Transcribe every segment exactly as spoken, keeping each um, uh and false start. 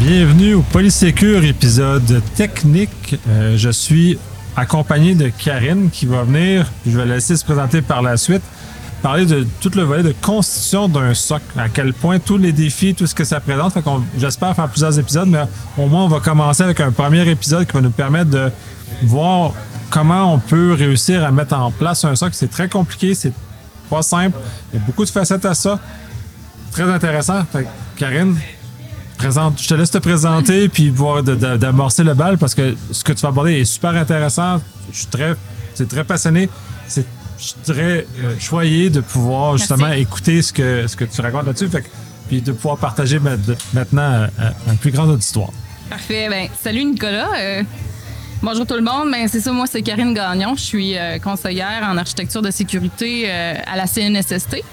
Bienvenue au Polysécure, épisode technique. Euh, je suis accompagné de Karine qui va venir, je vais la laisser se présenter par la suite, parler de tout le volet de constitution d'un S O C, à quel point tous les défis, tout ce que ça présente. Fait qu'on, j'espère faire plusieurs épisodes, mais au moins on va commencer avec un premier épisode qui va nous permettre de voir comment on peut réussir à mettre en place un S O C. C'est très compliqué, c'est pas simple, il y a beaucoup de facettes à ça. Très intéressant. Fait que, Karine, présente, je te laisse te présenter puis voir de, de, d'amorcer le bal parce que ce que tu vas aborder est super intéressant. Je suis très, c'est très passionné. C'est, je suis très euh, choyé de pouvoir justement Merci. écouter ce que, ce que tu racontes là-dessus. Fait que, puis de pouvoir partager maintenant euh, un plus grand auditoire. Parfait. Ben, salut Nicolas. Euh, bonjour tout le monde. Ben, c'est ça, moi c'est Karine Gagnon. Je suis euh, conseillère en architecture de sécurité euh, à la C N S S T.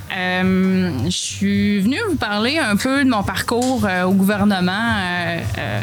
Euh, je suis venue vous parler un peu de mon parcours euh, au gouvernement euh, euh,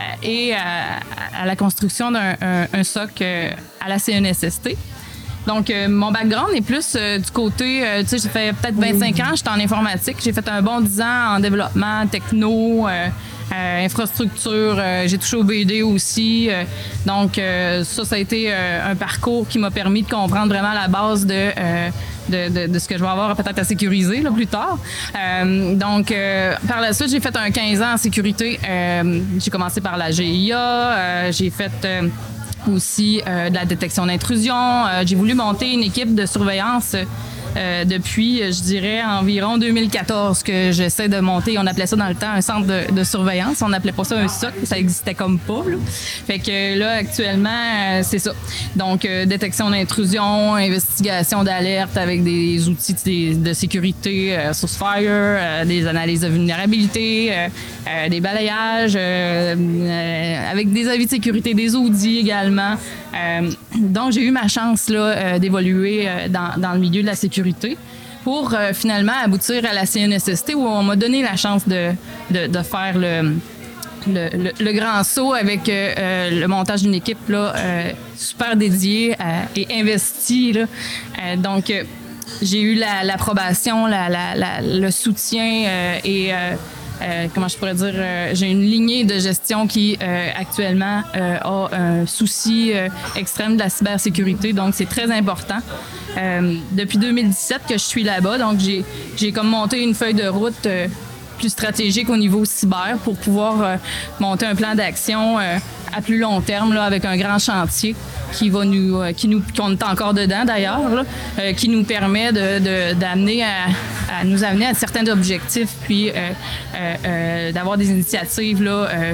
et à, à la construction d'un un, un S O C euh, à la C N S S T. Donc, euh, mon background est plus euh, du côté, euh, tu sais, j'ai fait peut-être vingt-cinq ans, j'étais en informatique. J'ai fait un bon dix ans en développement, techno, euh, euh, infrastructure. Euh, j'ai touché au B D aussi. Euh, donc, euh, ça, ça a été euh, un parcours qui m'a permis de comprendre vraiment la base de... Euh, De, de, de ce que je vais avoir peut-être à sécuriser là, plus tard. Euh, donc, euh, par la suite, j'ai fait un quinze ans en sécurité. Euh, j'ai commencé par la G I A. Euh, j'ai fait euh, aussi euh, de la détection d'intrusion. Euh, j'ai voulu monter une équipe de surveillance euh, depuis, je dirais, environ deux mille quatorze que j'essaie de monter. On appelait ça dans le temps un centre de, de surveillance. On n'appelait pas ça un S O C. Ça existait comme pas. Là. Fait que là, actuellement, euh, c'est ça. Donc, euh, détection d'intrusion, investigation d'alerte avec des outils de, de sécurité, euh, Sourcefire, euh, des analyses de vulnérabilité, euh, euh, des balayages, euh, euh, avec des avis de sécurité, des audits également. Euh, donc, j'ai eu ma chance là, euh, d'évoluer euh, dans, dans le milieu de la sécurité pour euh, finalement aboutir à la C N S S T où on m'a donné la chance de, de, de faire le, le, le, le grand saut avec euh, le montage d'une équipe là, euh, super dédiée euh, et investie. Là. Euh, donc, euh, j'ai eu la, l'approbation, la, la, la, le soutien euh, et... Euh, Euh, comment je pourrais dire, euh, j'ai une lignée de gestion qui euh, actuellement euh, a un souci euh, extrême de la cybersécurité, donc c'est très important. Euh, depuis deux mille dix-sept que je suis là-bas, donc j'ai, j'ai comme monté une feuille de route euh, plus stratégique au niveau cyber pour pouvoir euh, monter un plan d'action euh, à plus long terme là, avec un grand chantier qui va nous, euh, qui nous, qu'on est encore dedans d'ailleurs, là, euh, qui nous permet de, de, d'amener à, à nous amener à certains objectifs, puis euh, euh, euh, d'avoir des initiatives là, euh,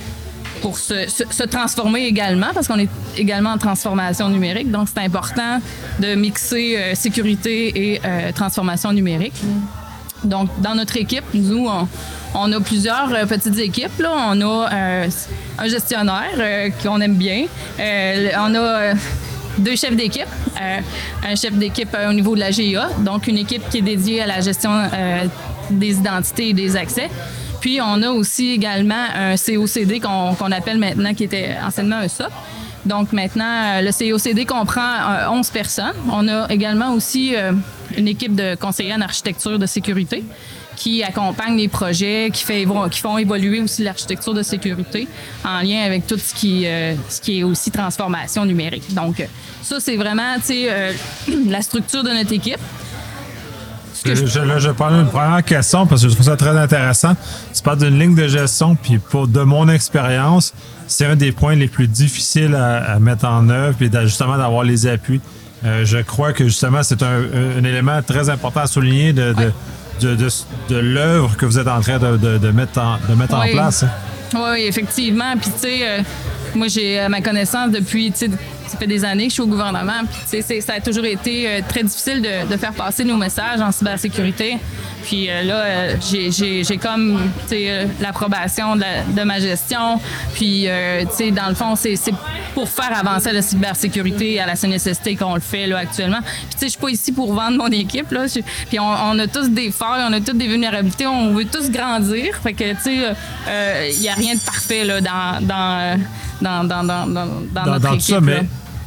pour se, se, se transformer également, parce qu'on est également en transformation numérique, donc c'est important de mixer euh, sécurité et euh, transformation numérique. Donc, dans notre équipe, nous, on, on a plusieurs euh, petites équipes. Là. On a euh, un gestionnaire euh, qu'on aime bien. Euh, on a euh, deux chefs d'équipe. Euh, un chef d'équipe euh, au niveau de la G I A, donc une équipe qui est dédiée à la gestion euh, des identités et des accès. Puis, on a aussi également un C O C D qu'on, qu'on appelle maintenant, qui était anciennement un S O C. Donc, maintenant, le C O C D comprend euh, onze personnes. On a également aussi euh, une équipe de conseillers en architecture de sécurité qui accompagne les projets, qui, fait, qui font évoluer aussi l'architecture de sécurité en lien avec tout ce qui, euh, ce qui est aussi transformation numérique. Donc, ça, c'est vraiment, tu sais, euh, la structure de notre équipe. Je, je, là, je vais prendre une première question parce que je trouve ça très intéressant. Tu parles d'une ligne de gestion, puis pour de mon expérience, c'est un des points les plus difficiles à, à mettre en œuvre, puis justement d'avoir les appuis. Euh, je crois que justement, c'est un, un, un élément très important à souligner de, de, de, de, de, de l'œuvre que vous êtes en train de, de, de mettre en, de mettre oui. en place. Oui, effectivement. Puis, tu sais, euh, moi, j'ai à ma connaissance depuis, tu sais, ça fait des années que je suis au gouvernement. Puis, tu sais, ça a toujours été euh, très difficile de, de faire passer nos messages en cybersécurité. Puis euh, là, euh, j'ai, j'ai, j'ai comme, tu sais, euh, l'approbation de, la, de ma gestion. Puis, euh, tu sais, dans le fond, c'est, c'est pour faire avancer la cybersécurité à la C N S S T qu'on le fait là actuellement. Puis, tu sais, je suis pas ici pour vendre mon équipe là. Je, puis, on, on a tous des failles, on a toutes des vulnérabilités, on veut tous grandir. Fait que, tu sais, il euh, y a rien de parfait là dans dans dans dans dans, dans, dans notre dans équipe. Tout ça, mais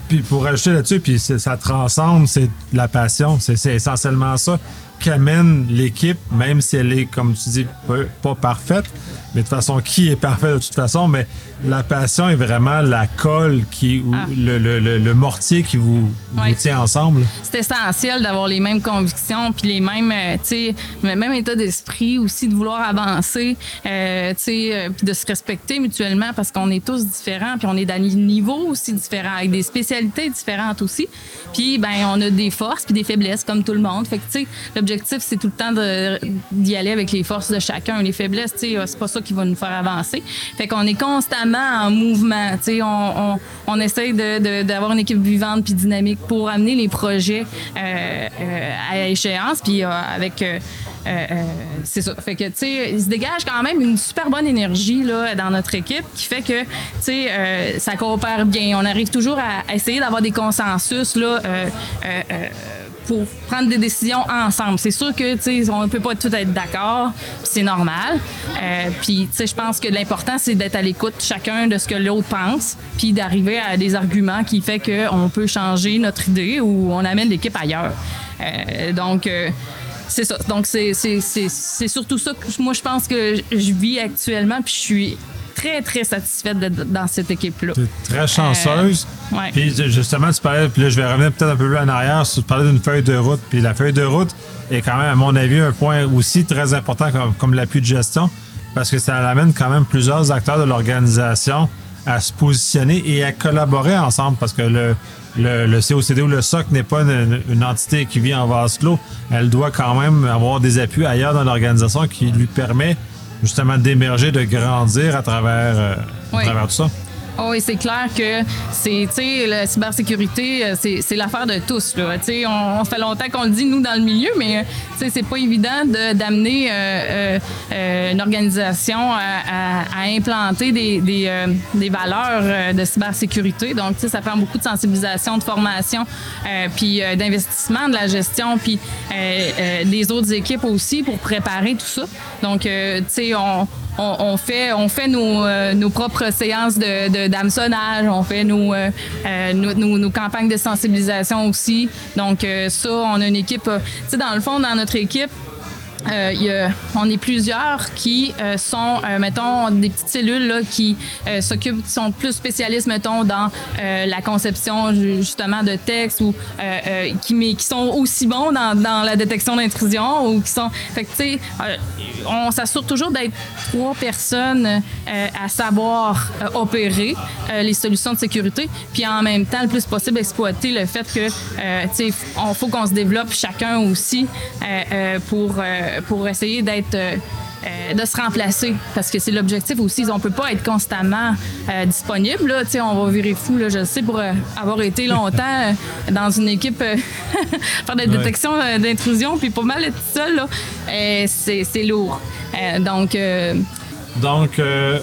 Puis pour rajouter là-dessus, puis ça transcende, c'est la passion. C'est, c'est essentiellement ça qu'amène l'équipe, même si elle est, comme tu dis, pas, pas parfaite. Mais de toute façon, qui est parfait de toute façon? Mais la passion est vraiment la colle, qui, ou ah. le, le, le, le mortier qui vous, oui. vous tient ensemble. C'est essentiel d'avoir les mêmes convictions, puis les mêmes, euh, tu sais, le même état d'esprit aussi, de vouloir avancer, euh, tu sais, euh, puis de se respecter mutuellement parce qu'on est tous différents, puis on est dans des niveaux aussi différents, avec des spécialités différentes aussi. Puis, ben, on a des forces puis des faiblesses comme tout le monde. Fait que, tu sais, l'objectif, c'est tout le temps de, d'y aller avec les forces de chacun. Les faiblesses, tu sais, c'est pas ça qui va nous faire avancer. Fait qu'on est constamment en mouvement. Tu sais, on, on, on essaye de, de, d'avoir une équipe vivante puis dynamique pour amener les projets euh, euh, à échéance. Puis euh, avec... Euh, Euh, euh, c'est ça. Fait que, tu sais, il se dégage quand même une super bonne énergie là, dans notre équipe qui fait que, tu sais, euh, ça coopère bien. On arrive toujours à essayer d'avoir des consensus là, euh, euh, euh, pour prendre des décisions ensemble. C'est sûr que, tu sais, on ne peut pas tout être d'accord, c'est normal. Euh, puis, tu sais, je pense que l'important, c'est d'être à l'écoute chacun de ce que l'autre pense, puis d'arriver à des arguments qui fait qu'on peut changer notre idée ou on amène l'équipe ailleurs. Euh, donc, euh, c'est ça. Donc, c'est, c'est, c'est, c'est surtout ça que moi, je pense que je vis actuellement, puis je suis très, très satisfaite d'être dans cette équipe-là. Tu es très chanceuse. Euh, ouais. Puis, justement, tu parlais, puis là, je vais revenir peut-être un peu plus en arrière, tu parlais d'une feuille de route, puis la feuille de route est quand même, à mon avis, un point aussi très important comme, comme l'appui de gestion, parce que ça amène quand même plusieurs acteurs de l'organisation à se positionner et à collaborer ensemble, parce que le Le, le C O C D ou le S O C n'est pas une, une entité qui vit en vase clos. Elle doit quand même avoir des appuis ailleurs dans l'organisation qui lui permet justement d'émerger, de grandir à travers, euh, oui. à travers tout ça. Oh, oui, c'est clair que c'est, tu sais, la cybersécurité, c'est, c'est l'affaire de tous, là. Tu sais, on, on fait longtemps qu'on le dit, nous, dans le milieu, mais, tu sais, c'est pas évident de, d'amener euh, euh, une organisation à, à, à implanter des, des, euh, des valeurs de cybersécurité. Donc, tu sais, ça prend beaucoup de sensibilisation, de formation, euh, puis euh, d'investissement, de la gestion, puis euh, euh, des autres équipes aussi pour préparer tout ça. Donc, euh, tu sais, on... On, on fait, on fait nos, euh, nos propres séances de, de, d'hameçonnage, on fait nos, euh, nos, nos, nos campagnes de sensibilisation aussi. Donc, euh, ça, on a une équipe... Euh, tu sais, dans le fond, dans notre équipe, Euh, y a, on est plusieurs qui euh, sont, euh, mettons, des petites cellules là, qui euh, s'occupent, qui sont plus spécialistes, mettons, dans euh, la conception justement de textes ou euh, euh, qui, mais, qui sont aussi bons dans, dans la détection d'intrusion ou qui sont... Fait que, tu sais, euh, on s'assure toujours d'être trois personnes euh, à savoir euh, opérer euh, les solutions de sécurité, puis en même temps, le plus possible, exploiter le fait que, euh, tu sais, on faut qu'on se développe chacun aussi euh, euh, pour... Euh, pour essayer d'être euh, euh, de se remplacer parce que c'est l'objectif aussi. On peut pas être constamment euh, disponible là. Tu sais, on va virer fou là, je le sais, pour euh, avoir été longtemps euh, dans une équipe euh, faire de la détection euh, d'intrusion puis pas mal être seul là, euh, c'est, c'est lourd. Euh, donc euh... donc euh,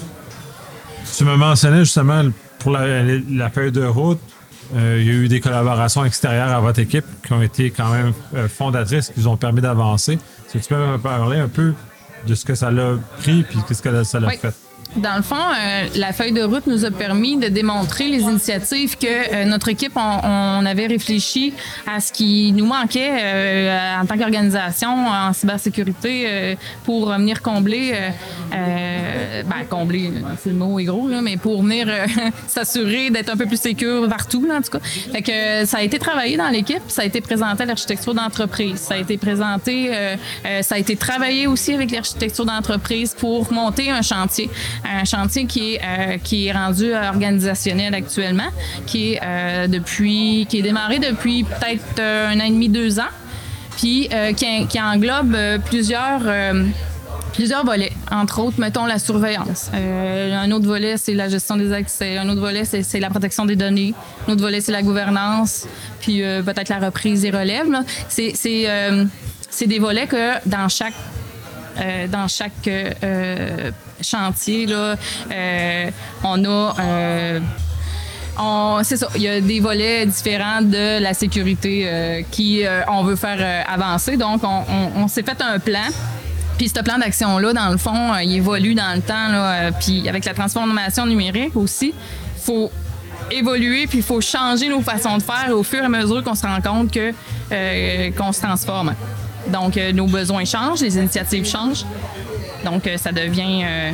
tu me mentionnais justement pour la, la feuille de route. Euh, il y a eu des collaborations extérieures à votre équipe qui ont été quand même euh, fondatrices, qui vous ont permis d'avancer. Est-ce que tu peux me parler un peu de ce que ça l'a pris puis qu'est-ce que ça l'a oui. fait? Dans le fond, euh, la feuille de route nous a permis de démontrer les initiatives que euh, notre équipe, on, on avait réfléchi à ce qui nous manquait euh, en tant qu'organisation en cybersécurité euh, pour venir combler, euh, euh, ben combler, c'est le mot est gros, là, mais pour venir euh, s'assurer d'être un peu plus sécure partout, là, en tout cas. Fait que euh, ça a été travaillé dans l'équipe, ça a été présenté à l'architecture d'entreprise, ça a été présenté, euh, euh, ça a été travaillé aussi avec l'architecture d'entreprise pour monter un chantier. Un chantier qui est euh, qui est rendu organisationnel actuellement, qui est euh, depuis qui est démarré depuis peut-être euh, un an et demi, deux ans, puis euh, qui, qui englobe euh, plusieurs euh, plusieurs volets, entre autres, mettons la surveillance. Euh, un autre volet, c'est la gestion des accès. Un autre volet, c'est, c'est la protection des données. Un autre volet, c'est la gouvernance, puis euh, peut-être la reprise des relèves. Là. C'est c'est euh, c'est des volets que dans chaque Euh, dans chaque euh, chantier, là, euh, on a... Euh, on, c'est ça, il y a des volets différents de la sécurité euh, qui euh, on veut faire euh, avancer. Donc, on, on, on s'est fait un plan. Puis ce plan d'action-là, dans le fond, euh, il évolue dans le temps. Là, euh, puis avec la transformation numérique aussi, il faut évoluer, puis il faut changer nos façons de faire au fur et à mesure qu'on se rend compte que, euh, qu'on se transforme. Donc, euh, nos besoins changent, les initiatives changent. Donc, euh, ça devient euh,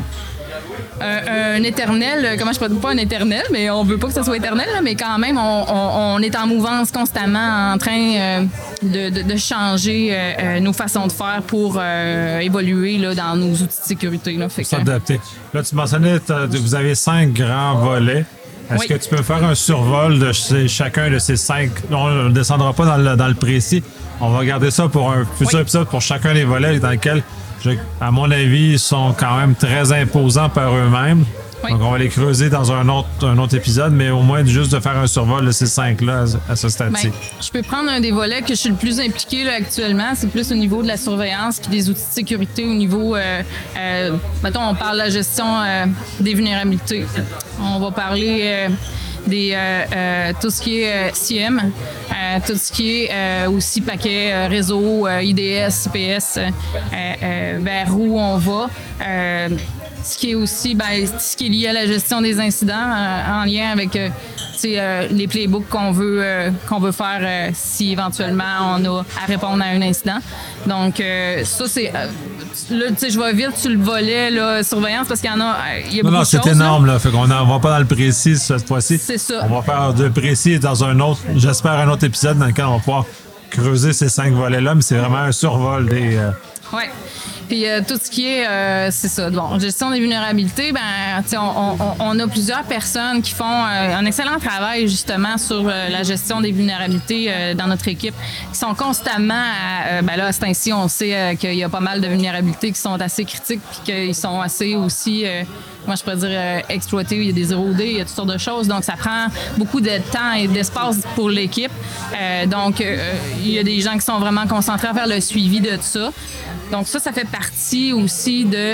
un, un éternel, comment je peux dire, pas un éternel, mais on veut pas que ça soit éternel, là, mais quand même, on, on, on est en mouvance constamment en train euh, de, de, de changer euh, euh, nos façons de faire pour euh, évoluer là, dans nos outils de sécurité. Là, fait que... S'adapter. Là, tu mentionnais que vous avez cinq grands volets. Est-ce oui. que tu peux faire un survol de ces, chacun de ces cinq? On ne descendra pas dans le, dans le précis. On va garder ça pour un futur oui. épisode pour chacun des volets dans lesquels, je, à mon avis, ils sont quand même très imposants par eux-mêmes. Oui. Donc, on va les creuser dans un autre, un autre épisode, mais au moins juste de faire un survol de ces cinq-là à, à ce stade-ci. Bien, je peux prendre un des volets que je suis le plus impliqué là, actuellement. C'est plus au niveau de la surveillance puis des outils de sécurité au niveau... Euh, euh, mettons, on parle de la gestion euh, des vulnérabilités. On va parler... Euh, des euh, euh, tout ce qui est euh, C I E M, euh, tout ce qui est euh, aussi paquet euh, réseau, euh, I D S, I P S, euh, euh, vers où on va. Euh, ce qui est aussi ben, ce qui est lié à la gestion des incidents euh, en lien avec euh, euh, les playbooks qu'on veut euh, qu'on veut faire euh, si éventuellement on a à répondre à un incident. Donc euh, ça c'est euh, là tu sais je vais vite sur le volet là, surveillance parce qu'il y en a il y a non, beaucoup non, de choses. c'est énorme là. là, fait qu'on n'en va pas dans le précis cette fois-ci. C'est ça. On va faire de précis dans un autre, j'espère un autre épisode dans lequel on va pouvoir creuser ces cinq volets-là, mais c'est vraiment un survol des. Euh... Ouais. Puis euh, tout ce qui est, euh, c'est ça. Bon, gestion des vulnérabilités, ben, on, on, on a plusieurs personnes qui font euh, un excellent travail justement sur euh, la gestion des vulnérabilités euh, dans notre équipe, qui sont constamment, à, euh, ben là, à ce temps-ci, on sait euh, qu'il y a pas mal de vulnérabilités qui sont assez critiques, puis qu'ils sont assez aussi, euh, moi je pourrais dire, euh, exploités. Il y a des zéro D, il y a toutes sortes de choses. Donc ça prend beaucoup de temps et d'espace pour l'équipe. Euh, donc euh, il y a des gens qui sont vraiment concentrés à faire le suivi de tout ça. Donc ça, ça fait partie aussi de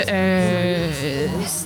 euh,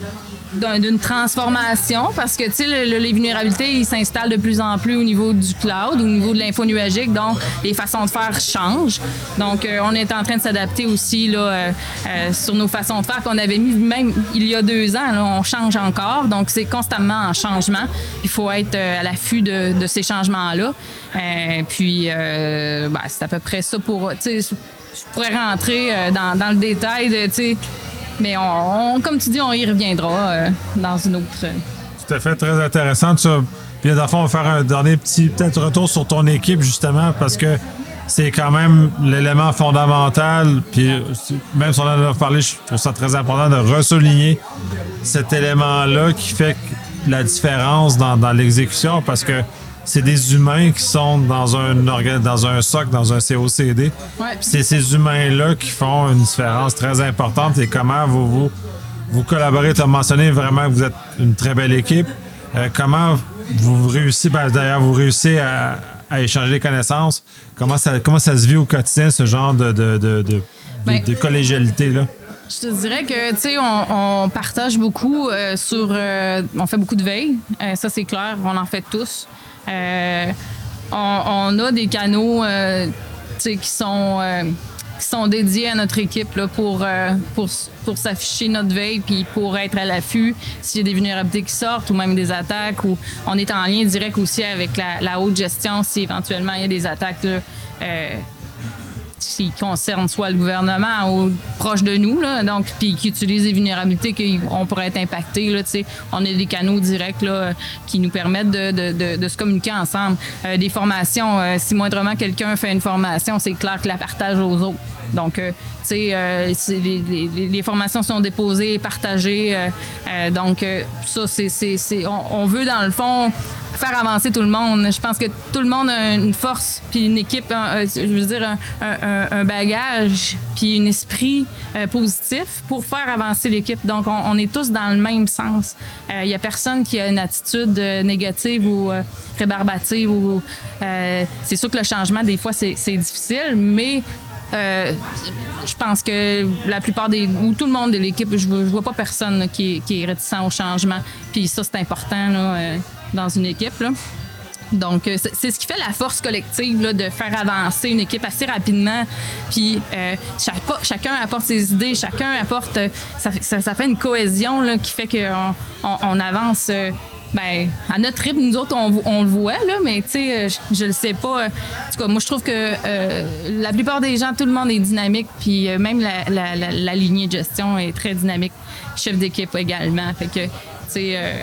d'une transformation parce que tu sais le, le, les vulnérabilités ils s'installent de plus en plus au niveau du cloud, au niveau de l'info nuagique, donc les façons de faire changent. Donc euh, on est en train de s'adapter aussi là euh, euh, sur nos façons de faire qu'on avait mis même il y a deux ans. Là, on change encore, donc c'est constamment en changement. Il faut être euh, à l'affût de, de ces changements-là. Euh, puis euh, ben, c'est à peu près ça pour tu sais. Je pourrais rentrer euh, dans, dans le détail, de, tu sais, mais on, on, comme tu dis, on y reviendra euh, dans une autre. Euh... Tout à fait, très intéressant. Ça. Puis, dans le fond, on va faire un dernier petit peut-être retour sur ton équipe, justement, parce que c'est quand même l'élément fondamental. Puis, même si on en a parlé, je trouve ça très important de ressouligner cet élément-là qui fait la différence dans, dans l'exécution, parce que c'est des humains qui sont dans un organe, dans un S O C, dans un C O C D. Ouais. C'est ces humains-là qui font une différence très importante. Et comment vous vous, vous collaborez? Tu as mentionné vraiment que vous êtes une très belle équipe. Euh, comment vous réussissez, ben, d'ailleurs, vous réussissez à, à échanger des connaissances? Comment ça, comment ça se vit au quotidien, ce genre de, de, de, de, ben, de, de collégialité-là? Je te dirais que, tu sais, on, on partage beaucoup euh, sur... Euh, on fait beaucoup de veille. Euh, ça, c'est clair. On en fait tous. Euh, on, on a des canaux euh, qui sont euh, qui sont dédiés à notre équipe là, pour, euh, pour, pour s'afficher notre veille puis pour être à l'affût s'il y a des vulnérabilités qui sortent ou même des attaques. Ou on est en lien direct aussi avec la, la haute gestion si éventuellement il y a des attaques là, euh, qui concernent soit le gouvernement ou proche de nous, là, donc puis qui utilisent des vulnérabilités qu'on pourrait être impacté. Là, on a des canaux directs là, qui nous permettent de, de, de, de se communiquer ensemble. Euh, des formations, euh, si moindrement quelqu'un fait une formation, c'est clair qu'il la partage aux autres. Donc, euh, tu sais, euh, les, les, les formations sont déposées, partagées. Euh, euh, donc, euh, ça, c'est, c'est, c'est on, on veut, dans le fond, faire avancer tout le monde. Je pense que tout le monde a une force, puis une équipe, un, je veux dire, un, un, un bagage, puis un esprit euh, positif pour faire avancer l'équipe. Donc, on, on est tous dans le même sens. Il euh, n'y a personne qui a une attitude euh, négative ou euh, rébarbative. Ou, euh, c'est sûr que le changement, des fois, c'est, c'est difficile, mais Euh, je pense que la plupart des... ou tout le monde de l'équipe, je vois, je vois pas personne là, qui, est, qui est réticent au changement. Puis ça, c'est important là, euh, dans une équipe. Là. Donc, euh, c'est, c'est ce qui fait la force collective là, de faire avancer une équipe assez rapidement. Puis euh, chaque, chacun apporte ses idées, chacun apporte... Euh, ça, ça, ça fait une cohésion là, qui fait qu'on on, on avance... Euh, Ben, à notre rythme, nous autres, on, on le voit, là, mais tu sais, je, je le sais pas. En tout cas, moi, je trouve que euh, la plupart des gens, tout le monde est dynamique, puis euh, même la, la, la, la lignée de gestion est très dynamique. Chef d'équipe également. Fait que, tu sais. Euh,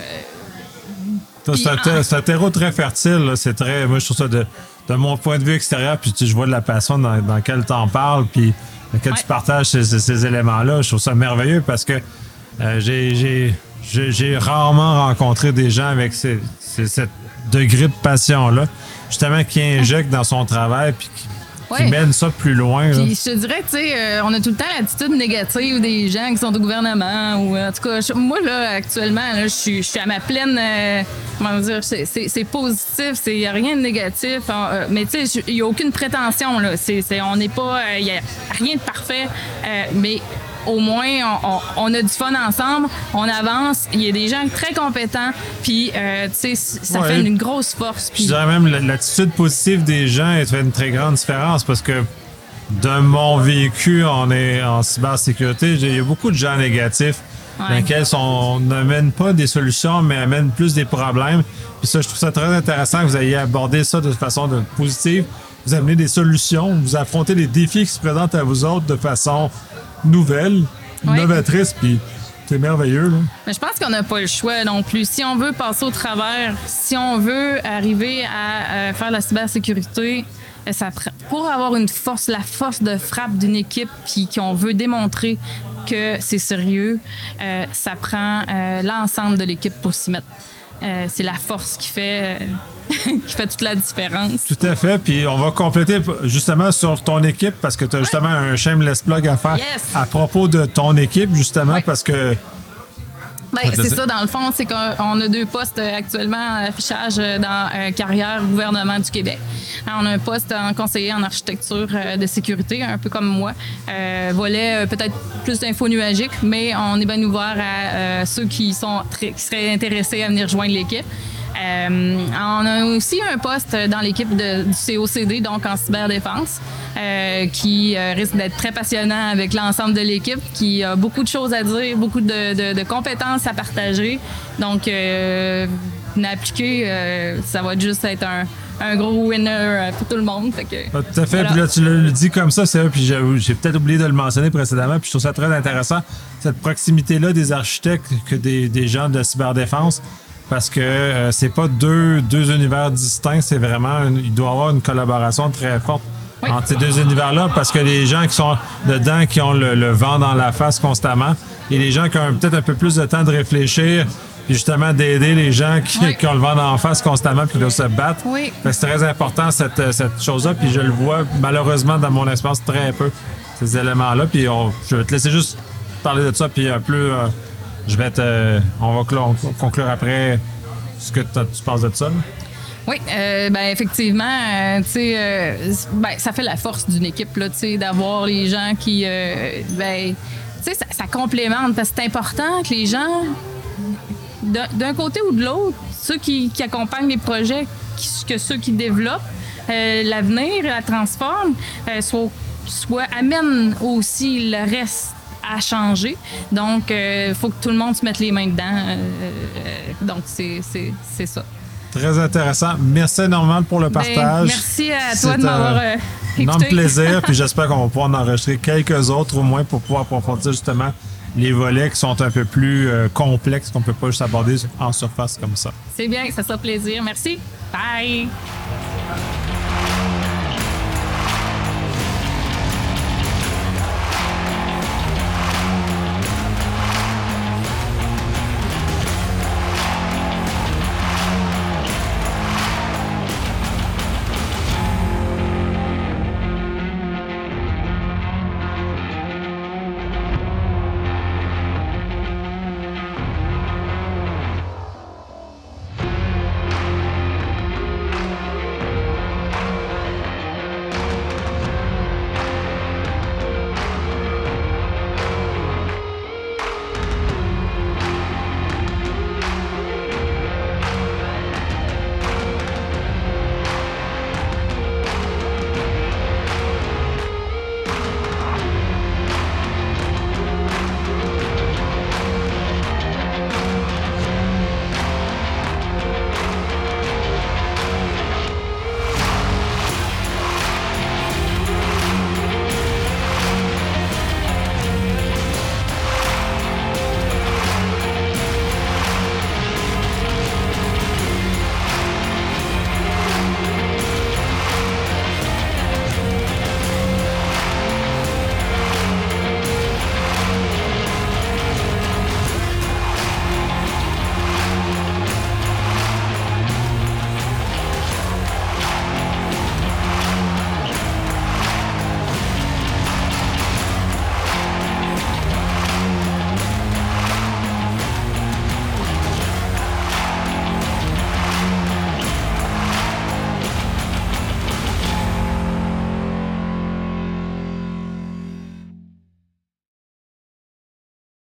c'est, un, c'est un terreau très fertile, là. C'est très. Moi, je trouve ça de, de mon point de vue extérieur, puis tu, je vois de la passion dans, dans laquelle tu en parles, puis dans laquelle ouais. tu partages ces, ces, ces éléments-là. Je trouve ça merveilleux parce que euh, j'ai. j'ai J'ai, j'ai rarement rencontré des gens avec ces, ces, ce degré de passion-là, justement, qui injectent dans son travail puis qui, ouais. qui mènent ça plus loin. Puis je te dirais, tu sais, euh, on a tout le temps l'attitude négative des gens qui sont au gouvernement. Ou en tout cas, je, moi, là, actuellement, là, je suis je suis à ma pleine... Euh, comment dire? C'est, c'est, c'est positif, il n'y a rien de négatif. Euh, mais tu sais, il n'y a aucune prétention. Là. C'est, c'est, on n'est pas... Il euh, n'y a rien de parfait. Euh, mais... Au moins, on, on, on a du fun ensemble, on avance, il y a des gens très compétents, puis, euh, tu sais, ça ouais. fait une grosse force. Pis... Je dirais même l'attitude positive des gens, elle fait une très grande différence parce que de mon vécu, on est en cybersécurité, il y a beaucoup de gens négatifs ouais. dans lesquels on n'amène pas des solutions, mais amène plus des problèmes. Puis ça, je trouve ça très intéressant que vous ayez abordé ça de façon de positive. Vous amenez des solutions, vous affrontez les défis qui se présentent à vous autres de façon nouvelle, oui. novatrice, puis c'est merveilleux. Là. Mais je pense qu'on n'a pas le choix non plus. Si on veut passer au travers, si on veut arriver à, à faire la cybersécurité, ça, pour avoir une force, la force de frappe d'une équipe, puis qu'on veut démontrer que c'est sérieux, euh, ça prend euh, l'ensemble de l'équipe pour s'y mettre. Euh, c'est la force qui fait... Euh, qui fait toute la différence. Tout à fait. Puis on va compléter justement sur ton équipe parce que tu as justement ouais. un shameless plug à faire yes. à propos de ton équipe, justement, ouais. parce que... Ben, c'est ça, dans le fond, c'est qu'on a deux postes actuellement à affichage dans euh, Carrière Gouvernement du Québec. Alors, on a un poste en conseiller en architecture euh, de sécurité, un peu comme moi. Euh, volet euh, peut-être plus d'info nuagique, mais on est bien ouvert à euh, ceux qui, sont très, qui seraient intéressés à venir rejoindre l'équipe. Euh, on a aussi un poste dans l'équipe de, du C O C D, donc en cyberdéfense, euh, qui euh, risque d'être très passionnant avec l'ensemble de l'équipe, qui a beaucoup de choses à dire, beaucoup de, de, de compétences à partager. Donc, euh, appliquer, euh, ça va juste être un, un gros winner pour tout le monde. Fait que, ah, tout à fait. Voilà. Puis là, tu le dis comme ça, c'est vrai, puis j'ai, j'ai peut-être oublié de le mentionner précédemment, puis je trouve ça très intéressant, cette proximité-là des architectes que des, des gens de cyberdéfense. Parce que euh, c'est pas deux, deux univers distincts, c'est vraiment une, il doit y avoir une collaboration très forte oui. entre ces deux univers-là, parce que les gens qui sont dedans, qui ont le, le vent dans la face constamment, et les gens qui ont peut-être un peu plus de temps de réfléchir, puis justement d'aider les gens qui, oui. qui ont le vent dans la face constamment, puis qui doivent se battre. Oui. C'est très important cette, cette chose-là, puis je le vois malheureusement dans mon expérience très peu, ces éléments-là. Puis on, je vais te laisser juste parler de ça, puis un peu... Euh, Je vais te. On va clore, conclure après ce que tu penses de ça. Là. Oui, euh, ben effectivement, euh, tu sais, euh, ben, ça fait la force d'une équipe là, tu sais, d'avoir les gens qui, euh, ben, tu sais, ça, ça complémente parce que c'est important que les gens, d'un, d'un côté ou de l'autre, ceux qui, qui accompagnent les projets, qui, que ceux qui développent euh, l'avenir, la transforment, euh, soit, soit amènent aussi le reste à changer. Donc, il euh, faut que tout le monde se mette les mains dedans. Euh, donc, c'est, c'est, c'est ça. Très intéressant. Merci énormément pour le partage. Ben, merci à toi c'est de m'avoir euh, écouté. Un énorme plaisir. Puis j'espère qu'on va pouvoir en enregistrer quelques autres au moins pour pouvoir approfondir justement les volets qui sont un peu plus euh, complexes qu'on ne peut pas juste aborder en surface comme ça. C'est bien, ça sera plaisir. Merci. Bye!